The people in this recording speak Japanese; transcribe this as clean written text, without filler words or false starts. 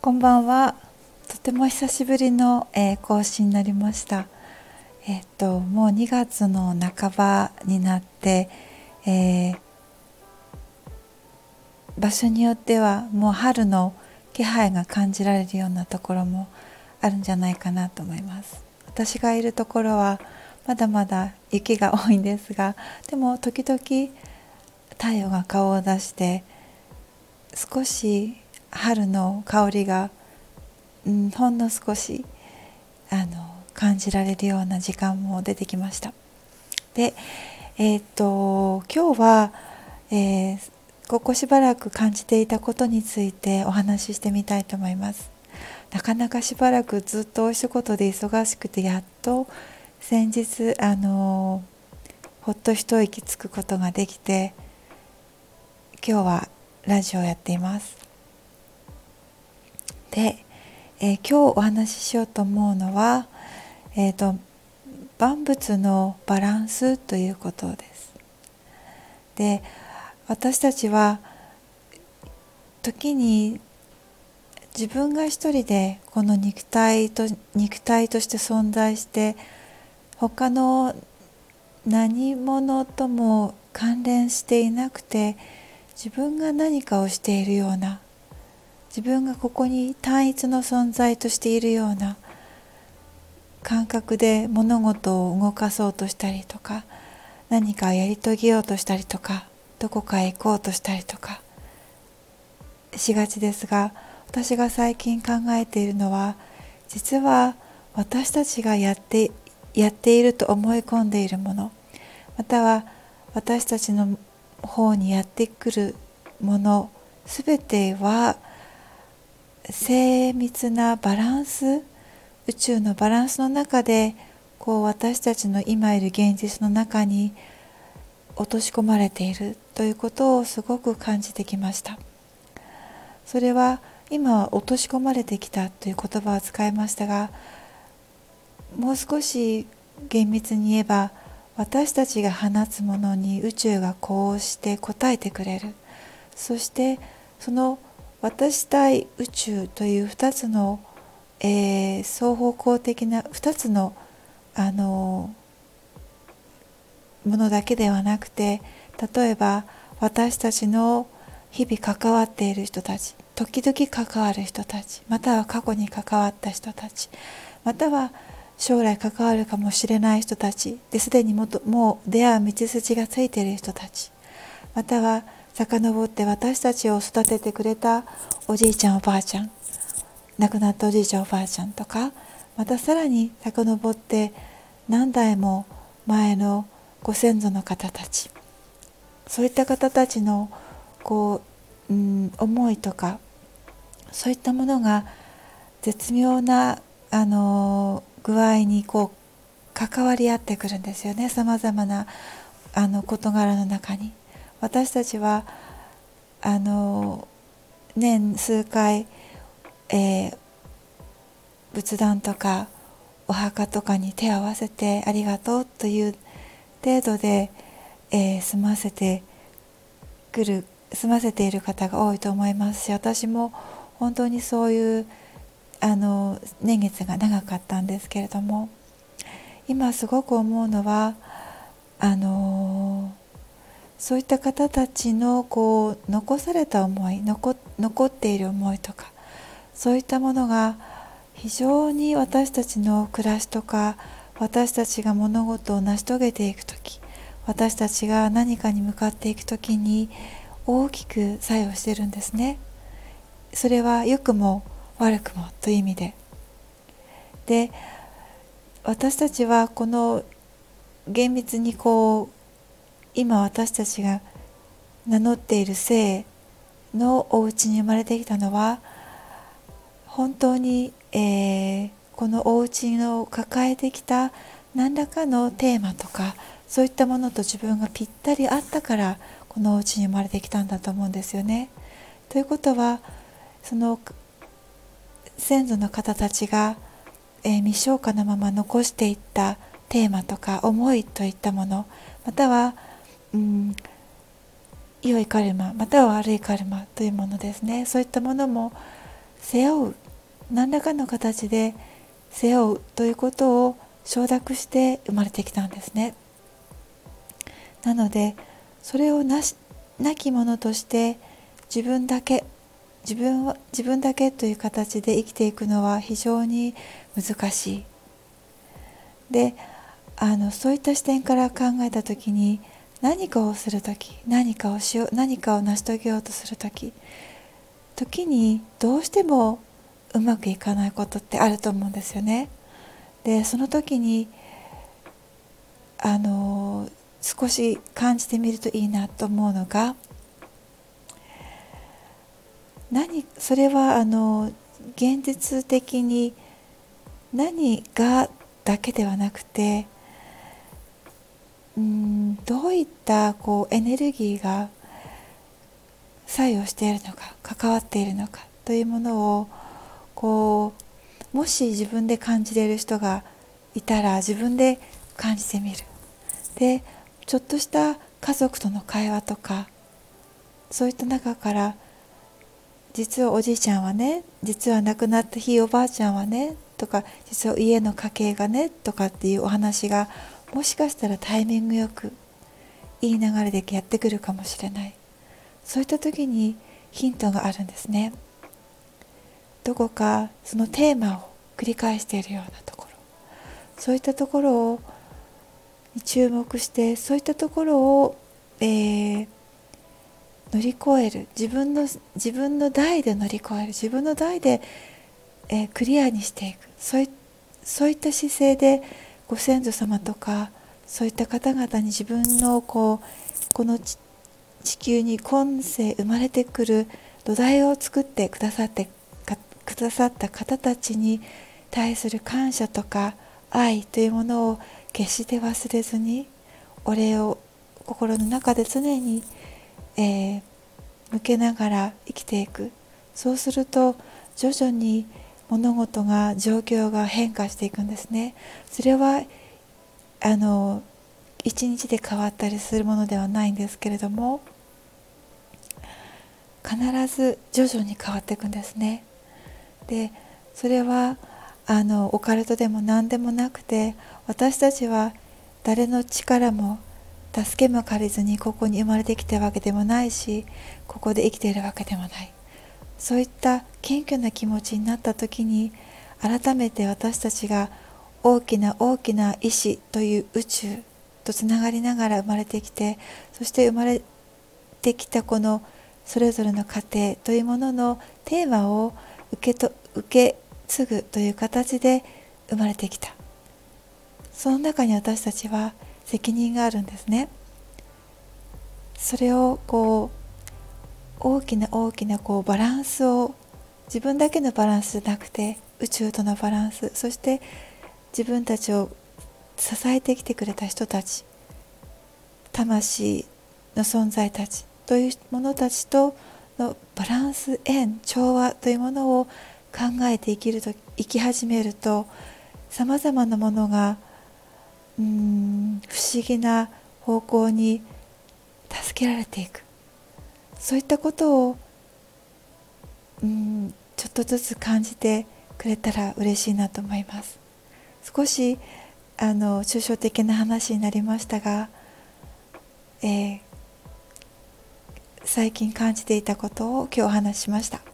こんばんは。とても久しぶりの、更新になりました。もう2月の半ばになって、場所によってはもう春の気配が感じられるようなところもあるんじゃないかなと思います。私がいるところはまだまだ雪が多いんですが、でも時々太陽が顔を出して少し春の香りが、ほんの少し感じられるような時間も出てきました。で、今日は、ここしばらく感じていたことについてお話ししてみたいと思います。なかなかしばらくずっとお仕事で忙しくて、やっと先日ほっと一息つくことができて、今日はラジオをやっています。で、今日お話ししようと思うのは、万物のバランスということです。で、私たちは時に自分が一人でこの肉体として存在して、他の何者とも関連していなくて、自分が何かをしているような、自分がここに単一の存在としているような感覚で物事を動かそうとしたりとか、何かやり遂げようとしたりとか、どこかへ行こうとしたりとかしがちですが、私が最近考えているのは、実は私たちがやっていると思い込んでいるもの、または私たちの方にやってくるもの、すべては精密なバランス、宇宙のバランスの中で私たちの今いる現実の中に落とし込まれているということをすごく感じてきました。それは今は落とし込まれてきたという言葉を使いましたが、もう少し厳密に言えば、私たちが放つものに宇宙がこうして応えてくれる。そしてその私対宇宙という2つの、双方向的な2つの、ものだけではなくて、例えば私たちの日々関わっている人たち、時々関わる人たち、または過去に関わった人たち、または将来関わるかもしれない人たちですでにもう出会う道筋がついている人たち、または遡って私たちを育ててくれたおじいちゃんおばあちゃん、亡くなったおじいちゃんおばあちゃんとか、またさらに遡って何代も前のご先祖の方たち、そういった方たちの思いとか、そういったものが絶妙な具合に関わり合ってくるんですよね。さまざまな事柄の中に私たちは年数回、仏壇とかお墓とかに手を合わせてありがとうという程度で、済ませている方が多いと思いますし、私も本当にそういう年月が長かったんですけれども、今すごく思うのはそういった方たちの残された思い、残っている思いとか、そういったものが非常に私たちの暮らしとか、私たちが物事を成し遂げていくとき、私たちが何かに向かっていくときに大きく作用しているんですね。それは良くも悪くもという意味で。で、私たちはこの厳密に今私たちが名乗っている生のお家に生まれてきたのは、本当に、このお家の抱えてきた何らかのテーマとか、そういったものと自分がぴったり合ったからこのお家に生まれてきたんだと思うんですよね。ということは、その先祖の方たちが、未消化のまま残していったテーマとか思いといったもの、または、良いカルマまたは悪いカルマというものですね。そういったものも背負う、何らかの形で背負うということを承諾して生まれてきたんですね。なのでそれをなきものとして自分だけという形で生きていくのは非常に難しい。で、そういった視点から考えたときに、何かをするとき、何かを成し遂げようとするとき、時にどうしてもうまくいかないことってあると思うんですよね。で、その時に少し感じてみるといいなと思うのが、それは現実的に何がだけではなくて、どういったエネルギーが作用しているのか、関わっているのかというものをもし自分で感じれる人がいたら自分で感じてみる。で、ちょっとした家族との会話とか、そういった中から実はおじいちゃんはね、実は亡くなったひいおばあちゃんはねとか、実は家の家計がねとかっていうお話がもしかしたらタイミングよくいい流れでやってくるかもしれない。そういった時にヒントがあるんですね。どこかそのテーマを繰り返しているようなところ、そういったところを注目して、そういったところを、乗り越える、自分の代で乗り越える、自分の代で、クリアにしていく、そういった姿勢でご先祖様とかそういった方々に自分のこの地球に今世生まれてくる土台を作ってくださった方たちに対する感謝とか愛というものを決して忘れずに、お礼を心の中で常に、向けながら生きていく。そうすると徐々に物事が状況が変化していくんですね。それは一日で変わったりするものではないんですけれども、必ず徐々に変わっていくんですね。で、それはオカルトでも何でもなくて、私たちは誰の力も助けも借りずにここに生まれてきたわけでもないし、ここで生きているわけでもない。そういった謙虚な気持ちになった時に、改めて私たちが大きな大きな意志という宇宙とつながりながら生まれてきて、そして生まれてきたこのそれぞれの過程というもののテーマを受け継ぐという形で生まれてきた。その中に私たちは責任があるんですね。それを大きなバランスを、自分だけのバランスじゃなくて宇宙とのバランス、そして自分たちを支えてきてくれた人たち、魂の存在たちというものたちとのバランス、調和というものを考えて生き始めると、さまざまなものが不思議な方向に助けられていく。そういったことをちょっとずつ感じてくれたら嬉しいなと思います。少し抽象的な話になりましたが、最近感じていたことを今日お話ししました。